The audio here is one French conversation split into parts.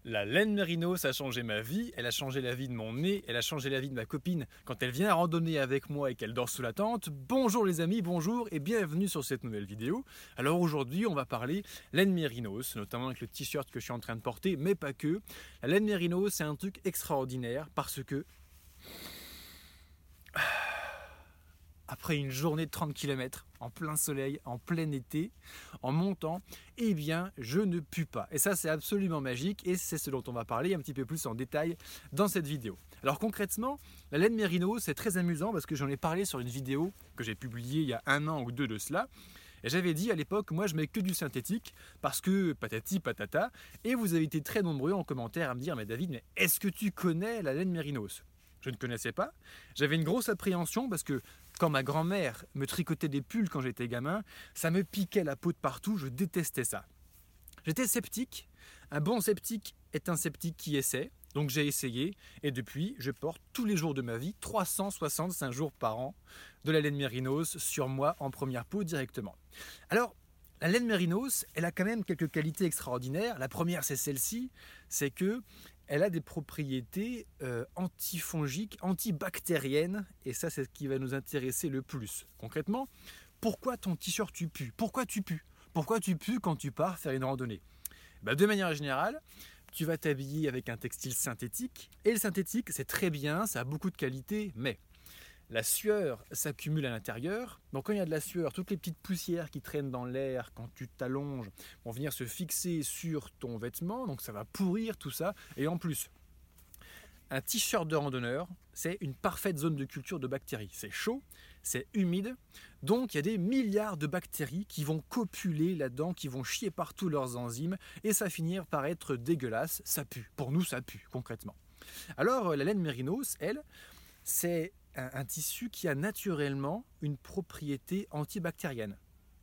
La laine mérinos a changé ma vie, elle a changé la vie de mon nez, elle a changé la vie de ma copine quand elle vient randonner avec moi et qu'elle dort sous la tente. Bonjour les amis, bonjour et bienvenue sur cette nouvelle vidéo. Alors aujourd'hui on va parler laine mérinos, notamment avec le t-shirt que je suis en train de porter, mais pas que. La laine mérinos c'est un truc extraordinaire parce que après une journée de 30 km, en plein soleil, en plein été, en montant, eh bien, je ne pue pas. Et ça, c'est absolument magique et c'est ce dont on va parler un petit peu plus en détail dans cette vidéo. Alors concrètement, la laine mérinos, c'est très amusant parce que j'en ai parlé sur une vidéo que j'ai publiée il y a 1 an ou 2 de cela. Et j'avais dit à l'époque, moi je mets que du synthétique parce que patati patata. Et vous avez été très nombreux en commentaire à me dire, mais David, mais est-ce que tu connais la laine mérinos ? Je ne connaissais pas. J'avais une grosse appréhension parce que quand ma grand-mère me tricotait des pulls quand j'étais gamin, ça me piquait la peau de partout, je détestais ça. J'étais sceptique. Un bon sceptique est un sceptique qui essaie. Donc j'ai essayé et depuis, je porte tous les jours de ma vie, 365 jours par an, de la laine mérinos sur moi en première peau directement. Alors, la laine mérinos, elle a quand même quelques qualités extraordinaires. La première, c'est celle-ci, c'est que elle a des propriétés antifongiques, antibactériennes, et ça c'est ce qui va nous intéresser le plus. Concrètement, pourquoi ton t-shirt tu pues ? Pourquoi tu pues ? Pourquoi tu pues quand tu pars faire une randonnée ? De manière générale, tu vas t'habiller avec un textile synthétique, et le synthétique c'est très bien, ça a beaucoup de qualités, mais la sueur s'accumule à l'intérieur. Donc quand il y a de la sueur, toutes les petites poussières qui traînent dans l'air quand tu t'allonges vont venir se fixer sur ton vêtement. Donc ça va pourrir tout ça. Et en plus, un t-shirt de randonneur, c'est une parfaite zone de culture de bactéries. C'est chaud, c'est humide. Donc il y a des milliards de bactéries qui vont copuler là-dedans, qui vont chier partout leurs enzymes. Et ça finir par être dégueulasse. Ça pue. Pour nous, ça pue concrètement. Alors la laine mérinos, elle, c'est un tissu qui a naturellement une propriété antibactérienne.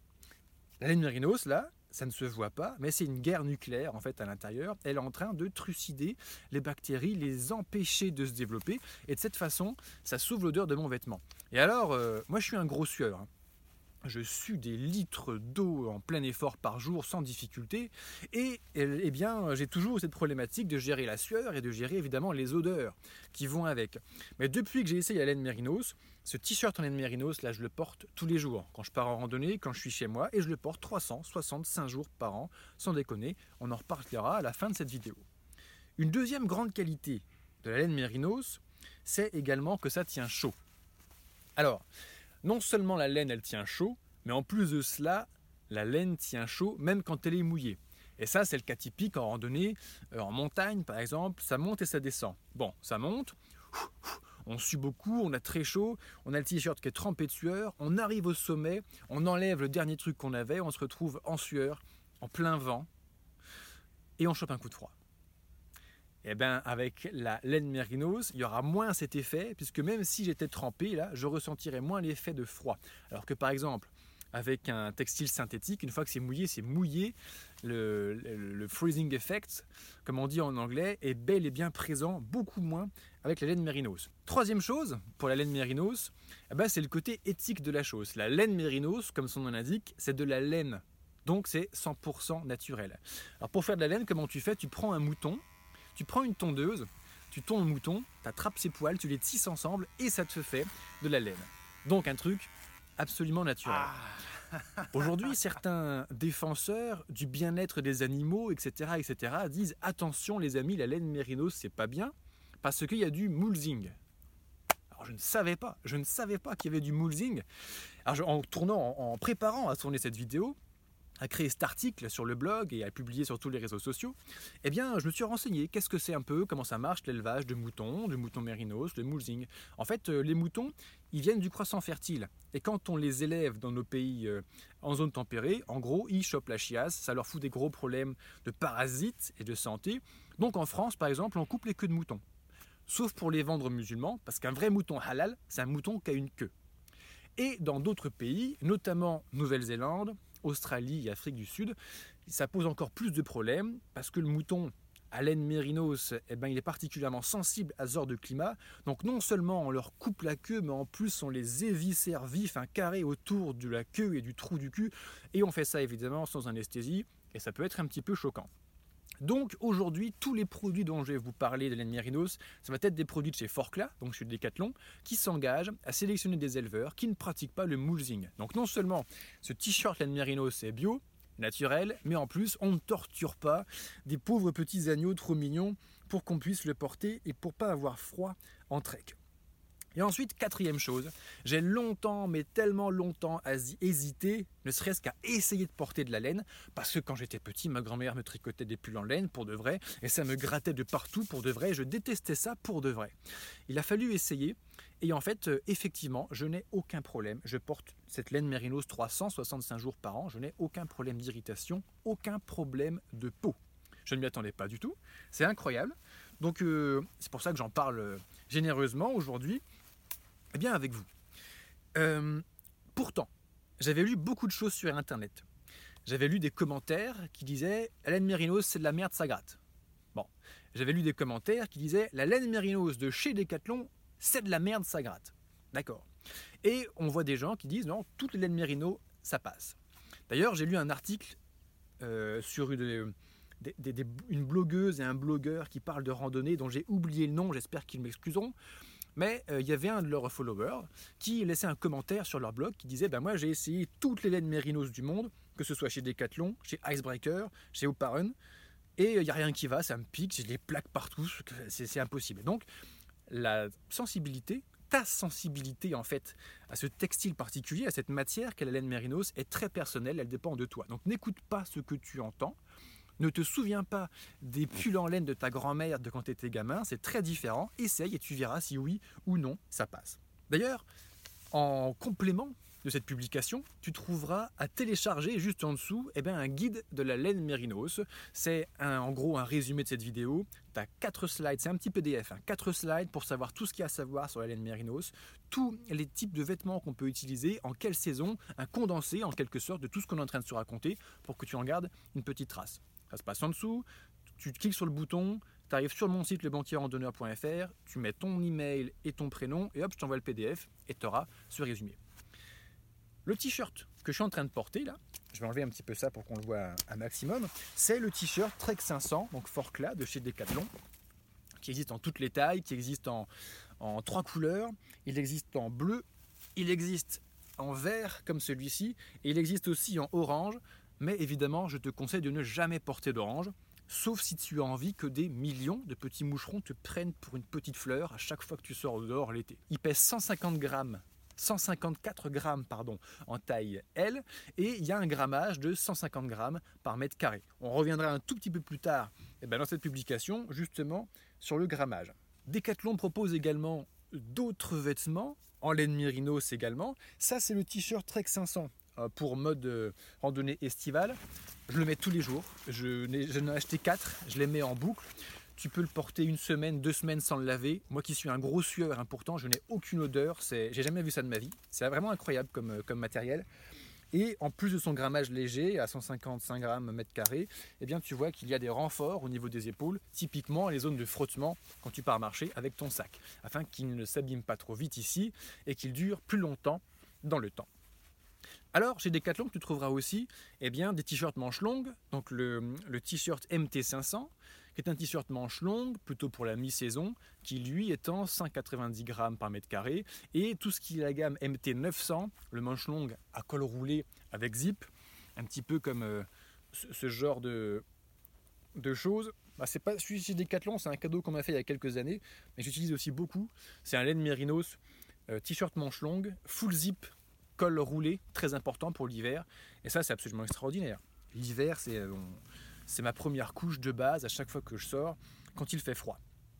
La laine mérinos, là, ça ne se voit pas, mais c'est une guerre nucléaire en fait à l'intérieur. Elle est en train de trucider les bactéries, les empêcher de se développer, et de cette façon, ça sauve l'odeur de mon vêtement. Et alors, moi je suis un gros sueur. Je sue des litres d'eau en plein effort par jour sans difficulté et eh bien, j'ai toujours cette problématique de gérer la sueur et de gérer évidemment les odeurs qui vont avec. Mais depuis que j'ai essayé la laine mérinos, ce t-shirt en laine mérinos, là je le porte tous les jours quand je pars en randonnée, quand je suis chez moi et je le porte 365 jours par an, sans déconner, on en reparlera à la fin de cette vidéo. Une deuxième grande qualité de la laine mérinos, c'est également que ça tient chaud. Alors, non seulement la laine elle tient chaud, mais en plus de cela, la laine tient chaud même quand elle est mouillée. Et ça c'est le cas typique en randonnée, en montagne par exemple, ça monte et ça descend. Bon, ça monte, on sue beaucoup, on a très chaud, on a le t-shirt qui est trempé de sueur, on arrive au sommet, on enlève le dernier truc qu'on avait, on se retrouve en sueur, en plein vent, et on chope un coup de froid. Et bien avec la laine mérinos, il y aura moins cet effet, puisque même si j'étais trempé, là, je ressentirais moins l'effet de froid. Alors que par exemple, avec un textile synthétique, une fois que c'est mouillé, le freezing effect, comme on dit en anglais, est bel et bien présent, beaucoup moins avec la laine mérinos. Troisième chose, pour la laine mérinos, c'est le côté éthique de la chose. La laine mérinos, comme son nom l'indique, c'est de la laine, donc c'est 100% naturel. Alors pour faire de la laine, comment tu fais ? Tu prends un mouton, tu prends une tondeuse, tu tonds le mouton, tu attrapes ses poils, tu les tisses ensemble et ça te fait de la laine. Donc un truc absolument naturel. Aujourd'hui, certains défenseurs du bien-être des animaux, etc., disent « Attention les amis, la laine mérinos, c'est pas bien parce qu'il y a du mulesing ». Alors je ne savais pas qu'il y avait du mulesing. Alors en préparant à tourner cette vidéo, à créer cet article sur le blog et à le publier sur tous les réseaux sociaux, eh bien, je me suis renseigné. Qu'est-ce que c'est un peu ? Comment ça marche l'élevage de moutons, du mouton mérinos, le mulesing ? En fait, les moutons, ils viennent du croissant fertile. Et quand on les élève dans nos pays en zone tempérée, en gros, ils chopent la chiasse. Ça leur fout des gros problèmes de parasites et de santé. Donc en France, par exemple, on coupe les queues de moutons. Sauf pour les vendre musulmans, parce qu'un vrai mouton halal, c'est un mouton qui a une queue. Et dans d'autres pays, notamment Nouvelle-Zélande, Australie et Afrique du Sud, ça pose encore plus de problèmes parce que le mouton à laine mérinos, il est particulièrement sensible à ce genre de climat. Donc non seulement on leur coupe la queue, mais en plus on les éviscère vifs, un carré autour de la queue et du trou du cul. Et on fait ça évidemment sans anesthésie et ça peut être un petit peu choquant. Donc aujourd'hui, tous les produits dont je vais vous parler de laine mérinos, ça va être des produits de chez Forclaz, donc chez Decathlon, qui s'engagent à sélectionner des éleveurs qui ne pratiquent pas le mulesing. Donc non seulement ce t-shirt laine mérinos est bio, naturel, mais en plus on ne torture pas des pauvres petits agneaux trop mignons pour qu'on puisse le porter et pour pas avoir froid en trek. Et ensuite, quatrième chose, j'ai longtemps, mais tellement longtemps hésité, ne serait-ce qu'à essayer de porter de la laine, parce que quand j'étais petit, ma grand-mère me tricotait des pulls en laine pour de vrai, et ça me grattait de partout pour de vrai, je détestais ça pour de vrai. Il a fallu essayer, et en fait, effectivement, je n'ai aucun problème. Je porte cette laine mérinos 365 jours par an, je n'ai aucun problème d'irritation, aucun problème de peau. Je ne m'y attendais pas du tout, c'est incroyable. Donc c'est pour ça que j'en parle généreusement aujourd'hui. Eh bien avec vous. Pourtant, j'avais lu beaucoup de choses sur Internet. J'avais lu des commentaires qui disaient « La laine mérinos, c'est de la merde, ça gratte ». Bon, j'avais lu des commentaires qui disaient « La laine mérinos de chez Decathlon, c'est de la merde, ça gratte ». D'accord. Et on voit des gens qui disent « Non, toutes les laines mérinos, ça passe ». D'ailleurs, j'ai lu un article sur une blogueuse et un blogueur qui parlent de randonnée dont j'ai oublié le nom, j'espère qu'ils m'excuseront. Mais il y avait un de leurs followers qui laissait un commentaire sur leur blog qui disait moi j'ai essayé toutes les laines mérinos du monde, que ce soit chez Decathlon, chez Icebreaker, chez Oparon, et il n'y a rien qui va, ça me pique, j'ai des plaques partout, c'est impossible. Et donc la sensibilité, ta sensibilité en fait à ce textile particulier, à cette matière qu'est la laine mérinos est très personnelle, elle dépend de toi. Donc n'écoute pas ce que tu entends. Ne te souviens pas des pulls en laine de ta grand-mère de quand tu étais gamin, c'est très différent. Essaye et tu verras si oui ou non ça passe. D'ailleurs, en complément de cette publication, tu trouveras à télécharger juste en dessous un guide de la laine mérinos. C'est en gros un résumé de cette vidéo. Tu as 4 slides, c'est un petit PDF, 4 slides pour savoir tout ce qu'il y a à savoir sur la laine mérinos, tous les types de vêtements qu'on peut utiliser, en quelle saison, un condensé en quelque sorte de tout ce qu'on est en train de se raconter pour que tu en gardes une petite trace. Ça se passe en dessous, tu cliques sur le bouton, tu arrives sur mon site lebanquierrandonneur.fr, tu mets ton email et ton prénom et hop, je t'envoie le PDF et tu auras ce résumé. Le t-shirt que je suis en train de porter là, je vais enlever un petit peu ça pour qu'on le voit un maximum, c'est le t-shirt Trek 500, donc Forclaz de chez Decathlon, qui existe en toutes les tailles, qui existe en 3 couleurs, il existe en bleu, il existe en vert comme celui-ci et il existe aussi en orange. Mais évidemment, je te conseille de ne jamais porter d'orange, sauf si tu as envie que des millions de petits moucherons te prennent pour une petite fleur à chaque fois que tu sors dehors l'été. Il pèse 154 grammes en taille L et il y a un grammage de 150 grammes par mètre carré. On reviendra un tout petit peu plus tard dans cette publication justement sur le grammage. Decathlon propose également d'autres vêtements, en laine mérinos également. Ça c'est le t-shirt Trek 500. Pour mode randonnée estivale, je le mets tous les jours, je n'en ai acheté 4, je les mets en boucle, tu peux le porter 1 semaine, 2 semaines sans le laver, moi qui suis un gros sueur, pourtant je n'ai aucune odeur, j'ai jamais vu ça de ma vie, c'est vraiment incroyable comme matériel, et en plus de son grammage léger, à 155 grammes mètre carré, tu vois qu'il y a des renforts au niveau des épaules, typiquement les zones de frottement quand tu pars marcher avec ton sac, afin qu'il ne s'abîme pas trop vite ici, et qu'il dure plus longtemps dans le temps. Alors, chez Decathlon, tu trouveras aussi des t-shirts manches longues, donc le t-shirt MT500, qui est un t-shirt manche longue, plutôt pour la mi-saison, qui lui étend 190 grammes par mètre carré, et tout ce qui est la gamme MT900, le manche longue à col roulé avec zip, un petit peu comme ce genre de choses. C'est pas celui chez Decathlon, c'est un cadeau qu'on m'a fait il y a quelques années, mais j'utilise aussi beaucoup. C'est un laine mérinos, t-shirt manche longue, full zip, col roulé, très important pour l'hiver, et ça c'est absolument extraordinaire. L'hiver c'est ma première couche de base à chaque fois que je sors quand il fait froid.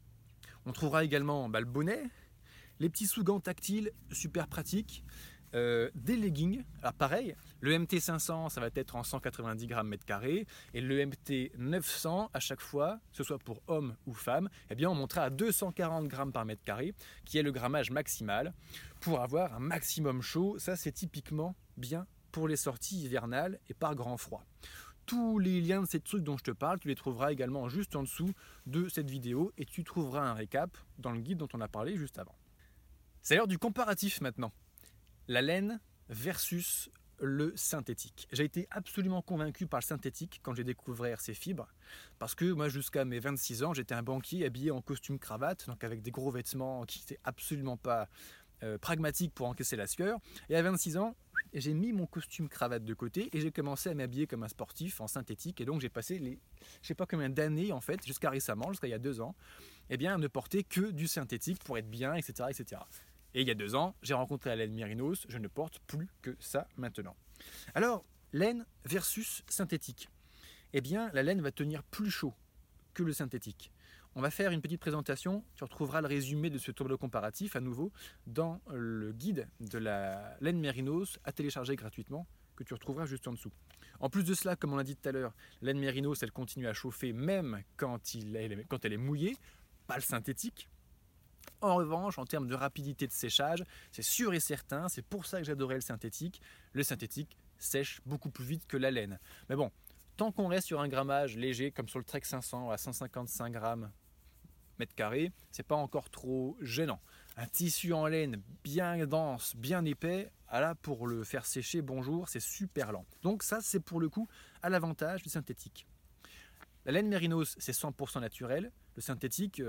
On trouvera également le bonnet, les petits sous-gants tactiles super pratiques, des leggings. Alors pareil, le MT500 ça va être en 190 grammes mètre carré et le MT900 à chaque fois, que ce soit pour hommes ou femmes, on montera à 240 grammes par mètre carré qui est le grammage maximal pour avoir un maximum chaud. Ça c'est typiquement bien pour les sorties hivernales et par grand froid. Tous les liens de ces trucs dont je te parle, tu les trouveras également juste en dessous de cette vidéo et tu trouveras un récap dans le guide dont on a parlé juste avant. C'est l'heure du comparatif maintenant. La laine versus le synthétique. J'ai été absolument convaincu par le synthétique quand j'ai découvert ces fibres, parce que moi jusqu'à mes 26 ans, j'étais un banquier habillé en costume cravate, donc avec des gros vêtements qui n'étaient absolument pas pragmatiques pour encaisser la sueur. Et à 26 ans, j'ai mis mon costume cravate de côté et j'ai commencé à m'habiller comme un sportif en synthétique. Et donc j'ai passé je sais pas combien d'années en fait, jusqu'à récemment, jusqu'à il y a 2 ans, à ne porter que du synthétique pour être bien, etc., etc. Et il y a 2 ans, j'ai rencontré la laine mérinos, je ne porte plus que ça maintenant. Alors, laine versus synthétique. Eh bien, la laine va tenir plus chaud que le synthétique. On va faire une petite présentation, tu retrouveras le résumé de ce tableau comparatif à nouveau dans le guide de la laine mérinos à télécharger gratuitement que tu retrouveras juste en dessous. En plus de cela, comme on l'a dit tout à l'heure, la laine mérinos, elle continue à chauffer même quand elle est mouillée, pas le synthétique. En revanche, en termes de rapidité de séchage, c'est sûr et certain, c'est pour ça que j'adorais le synthétique. Le synthétique sèche beaucoup plus vite que la laine. Mais bon, tant qu'on reste sur un grammage léger, comme sur le Trek 500 à 155 grammes mètre carré, c'est pas encore trop gênant. Un tissu en laine bien dense, bien épais, là pour le faire sécher, bonjour, c'est super lent. Donc ça, c'est pour le coup à l'avantage du synthétique. La laine mérinos, c'est 100% naturel. Le synthétique,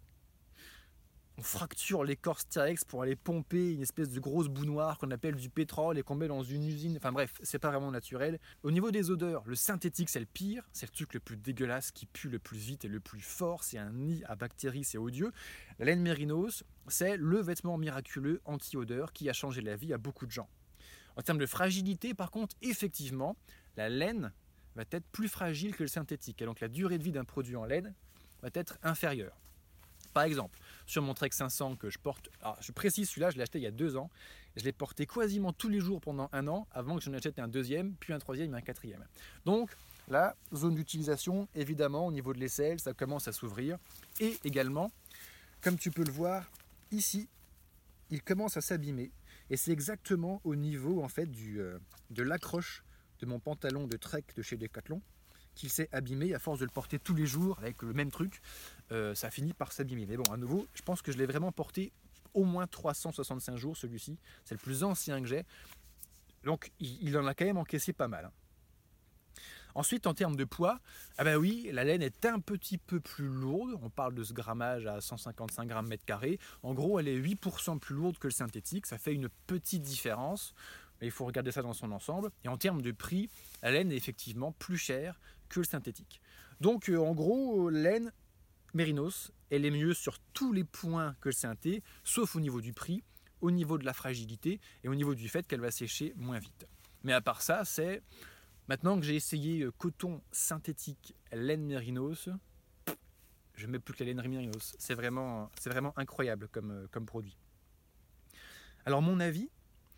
on fracture l'écorce Styrex pour aller pomper une espèce de grosse boue noire qu'on appelle du pétrole et qu'on met dans une usine. Enfin bref, c'est pas vraiment naturel. Au niveau des odeurs, le synthétique c'est le pire, c'est le truc le plus dégueulasse qui pue le plus vite et le plus fort, c'est un nid à bactéries, c'est odieux. La laine mérinos, c'est le vêtement miraculeux anti-odeur qui a changé la vie à beaucoup de gens. En termes de fragilité, par contre, effectivement, la laine va être plus fragile que le synthétique. Et donc la durée de vie d'un produit en laine va être inférieure. Par exemple, sur mon Trek 500 que je porte, alors je précise celui-là, je l'ai acheté il y a 2 ans, je l'ai porté quasiment tous les jours pendant 1 an avant que je n'achète un deuxième, puis un troisième et un quatrième. Donc la zone d'utilisation, évidemment, au niveau de l'aisselle, ça commence à s'ouvrir. Et également, comme tu peux le voir ici, il commence à s'abîmer. Et c'est exactement au niveau en fait de l'accroche de mon pantalon de Trek de chez Decathlon qu'il s'est abîmé à force de le porter tous les jours avec le même truc. Ça finit par s'abîmer. Mais bon, à nouveau, je pense que je l'ai vraiment porté au moins 365 jours, celui-ci. C'est le plus ancien que j'ai. Donc, il en a quand même encaissé pas mal. Ensuite, en termes de poids, ah ben oui, la laine est un petit peu plus lourde. On parle de ce grammage à 155 grammes mètre carré. En gros, elle est 8% plus lourde que le synthétique. Ça fait une petite différence. Mais il faut regarder ça dans son ensemble. Et en termes de prix, la laine est effectivement plus chère que le synthétique. Donc, en gros, laine mérinos, elle est mieux sur tous les points que le synthé, sauf au niveau du prix, au niveau de la fragilité et au niveau du fait qu'elle va sécher moins vite. Mais à part ça, c'est maintenant que j'ai essayé coton synthétique laine mérinos, je ne mets plus que la laine mérinos. C'est vraiment incroyable comme produit. Alors mon avis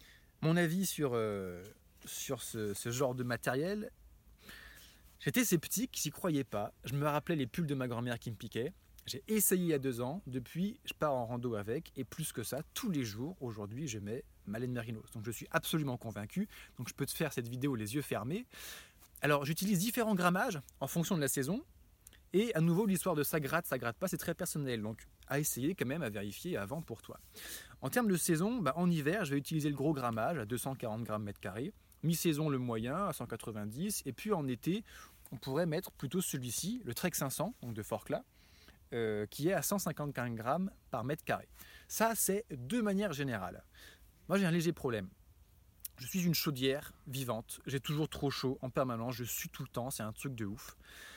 sur ce genre de matériel, j'étais sceptique, j'y croyais pas. Je me rappelais les pulls de ma grand-mère qui me piquaient. J'ai essayé il y a 2 ans. Depuis, je pars en rando avec. Et plus que ça, tous les jours, aujourd'hui, je mets ma laine mérinos. Donc je suis absolument convaincu. Donc je peux te faire cette vidéo les yeux fermés. Alors j'utilise différents grammages en fonction de la saison. Et à nouveau, l'histoire de ça gratte pas, c'est très personnel. Donc à essayer quand même, à vérifier avant pour toi. En termes de saison, en hiver, je vais utiliser le gros grammage à 240 grammes mètre carré. Mi-saison, le moyen à 190. Et puis en été, on pourrait mettre plutôt celui-ci, le Trek 500, donc de Forclaz, qui est à 155 grammes par mètre carré. Ça, c'est de manière générale. Moi, j'ai un léger problème. Je suis une chaudière vivante. J'ai toujours trop chaud en permanence. Je sue tout le temps. C'est un truc de ouf.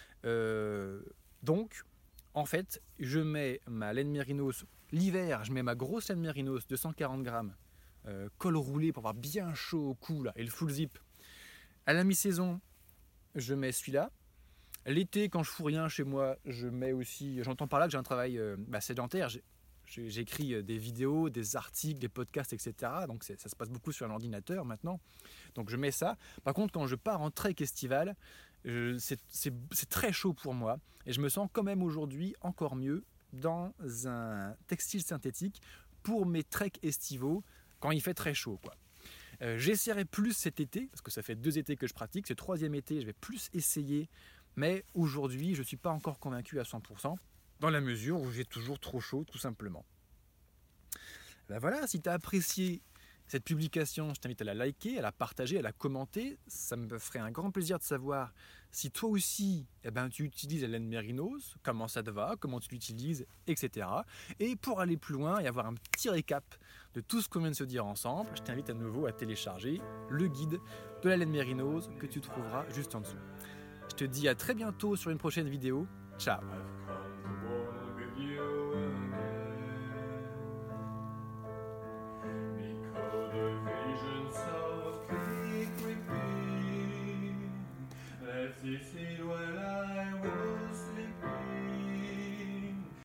Donc, en fait, je mets ma laine mérinos. L'hiver, je mets ma grosse laine mérinos de 140 grammes. Col roulé pour avoir bien chaud au cou là, et le full zip. À la mi-saison, je mets celui-là. L'été, quand je fous rien chez moi, je mets aussi. J'entends par là que j'ai un travail sédentaire. J'écris des vidéos, des articles, des podcasts, etc. Donc ça se passe beaucoup sur un ordinateur maintenant. Donc je mets ça. Par contre, quand je pars en trek estival, c'est très chaud pour moi. Et je me sens quand même aujourd'hui encore mieux dans un textile synthétique pour mes treks estivaux quand il fait très chaud, quoi. J'essaierai plus cet été, parce que ça fait 2 étés que je pratique. Ce 3e été, je vais plus essayer. Mais aujourd'hui, je ne suis pas encore convaincu à 100%, dans la mesure où j'ai toujours trop chaud, tout simplement. Ben voilà, si tu as apprécié Cette publication, je t'invite à la liker, à la partager, à la commenter. Ça me ferait un grand plaisir de savoir si toi aussi tu utilises la laine mérinos, comment ça te va, comment tu l'utilises, etc. Et pour aller plus loin et avoir un petit récap de tout ce qu'on vient de se dire ensemble, je t'invite à nouveau à télécharger le guide de la laine mérinos que tu trouveras juste en dessous. Je te dis à très bientôt sur une prochaine vidéo. Ciao!